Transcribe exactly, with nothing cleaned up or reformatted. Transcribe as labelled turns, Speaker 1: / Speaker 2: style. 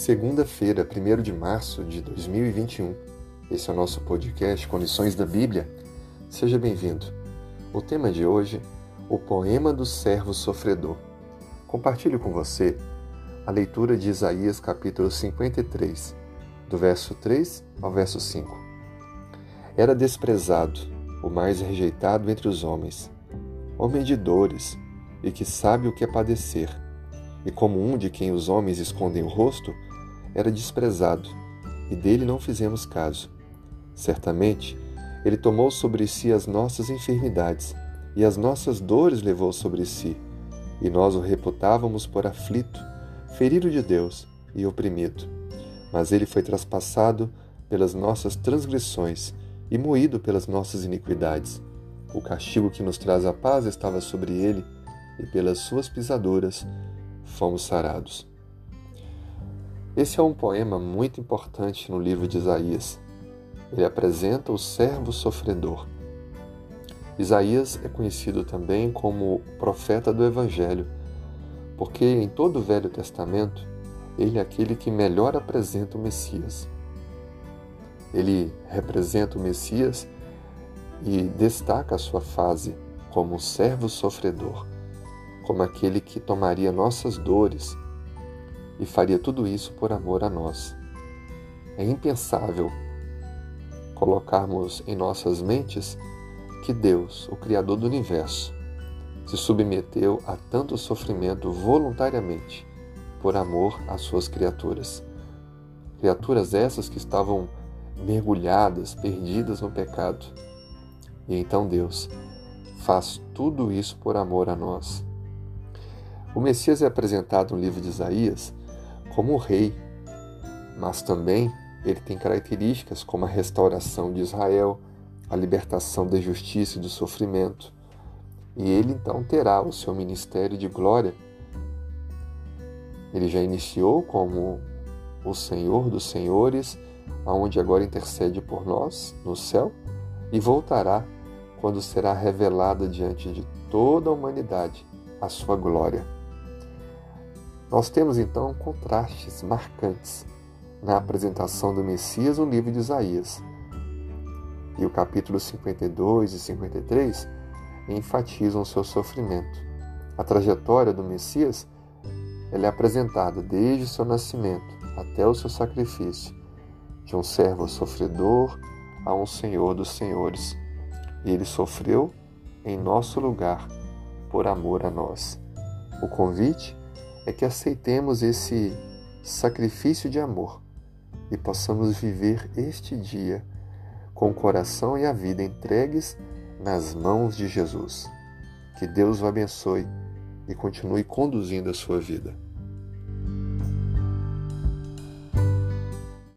Speaker 1: Segunda-feira, primeiro de março de dois mil e vinte e um. Esse é o nosso podcast Condições da Bíblia. Seja bem-vindo. O tema de hoje, o poema do servo sofredor. Compartilho com você a leitura de Isaías capítulo cinquenta e três, do verso três ao verso cinco. Era desprezado, o mais rejeitado entre os homens, homem de dores e que sabe o que é padecer. E como um de quem os homens escondem o rosto, era desprezado, e dele não fizemos caso. Certamente, ele tomou sobre si as nossas enfermidades, e as nossas dores levou sobre si, e nós o reputávamos por aflito, ferido de Deus e oprimido. Mas ele foi traspassado pelas nossas transgressões e moído pelas nossas iniquidades. O castigo que nos traz a paz estava sobre ele, e pelas suas pisaduras fomos sarados. Esse é um poema muito importante no livro de Isaías. Ele apresenta o servo sofredor. Isaías é conhecido também como profeta do Evangelho, porque em todo o Velho Testamento, ele é aquele que melhor apresenta o Messias. Ele representa o Messias e destaca a sua fase como um servo sofredor, como aquele que tomaria nossas dores e faria tudo isso por amor a nós. É impensável colocarmos em nossas mentes que Deus, o Criador do Universo, se submeteu a tanto sofrimento voluntariamente por amor às suas criaturas. Criaturas essas que estavam mergulhadas, perdidas no pecado. E então Deus faz tudo isso por amor a nós. O Messias é apresentado no livro de Isaías como o rei, mas também ele tem características como a restauração de Israel, a libertação da injustiça e do sofrimento. E ele então terá o seu ministério de glória. Ele já iniciou como o Senhor dos Senhores, aonde agora intercede por nós no céu, e voltará quando será revelada diante de toda a humanidade a sua glória. Nós temos então contrastes marcantes na apresentação do Messias no livro de Isaías. E o capítulo cinquenta e dois e cinquenta e três enfatizam o seu sofrimento. A trajetória do Messias ela é apresentada desde o seu nascimento até o seu sacrifício, de um servo sofredor a um Senhor dos Senhores. E ele sofreu em nosso lugar, por amor a nós. O convite é que aceitemos esse sacrifício de amor e possamos viver este dia com o coração e a vida entregues nas mãos de Jesus. Que Deus o abençoe e continue conduzindo a sua vida.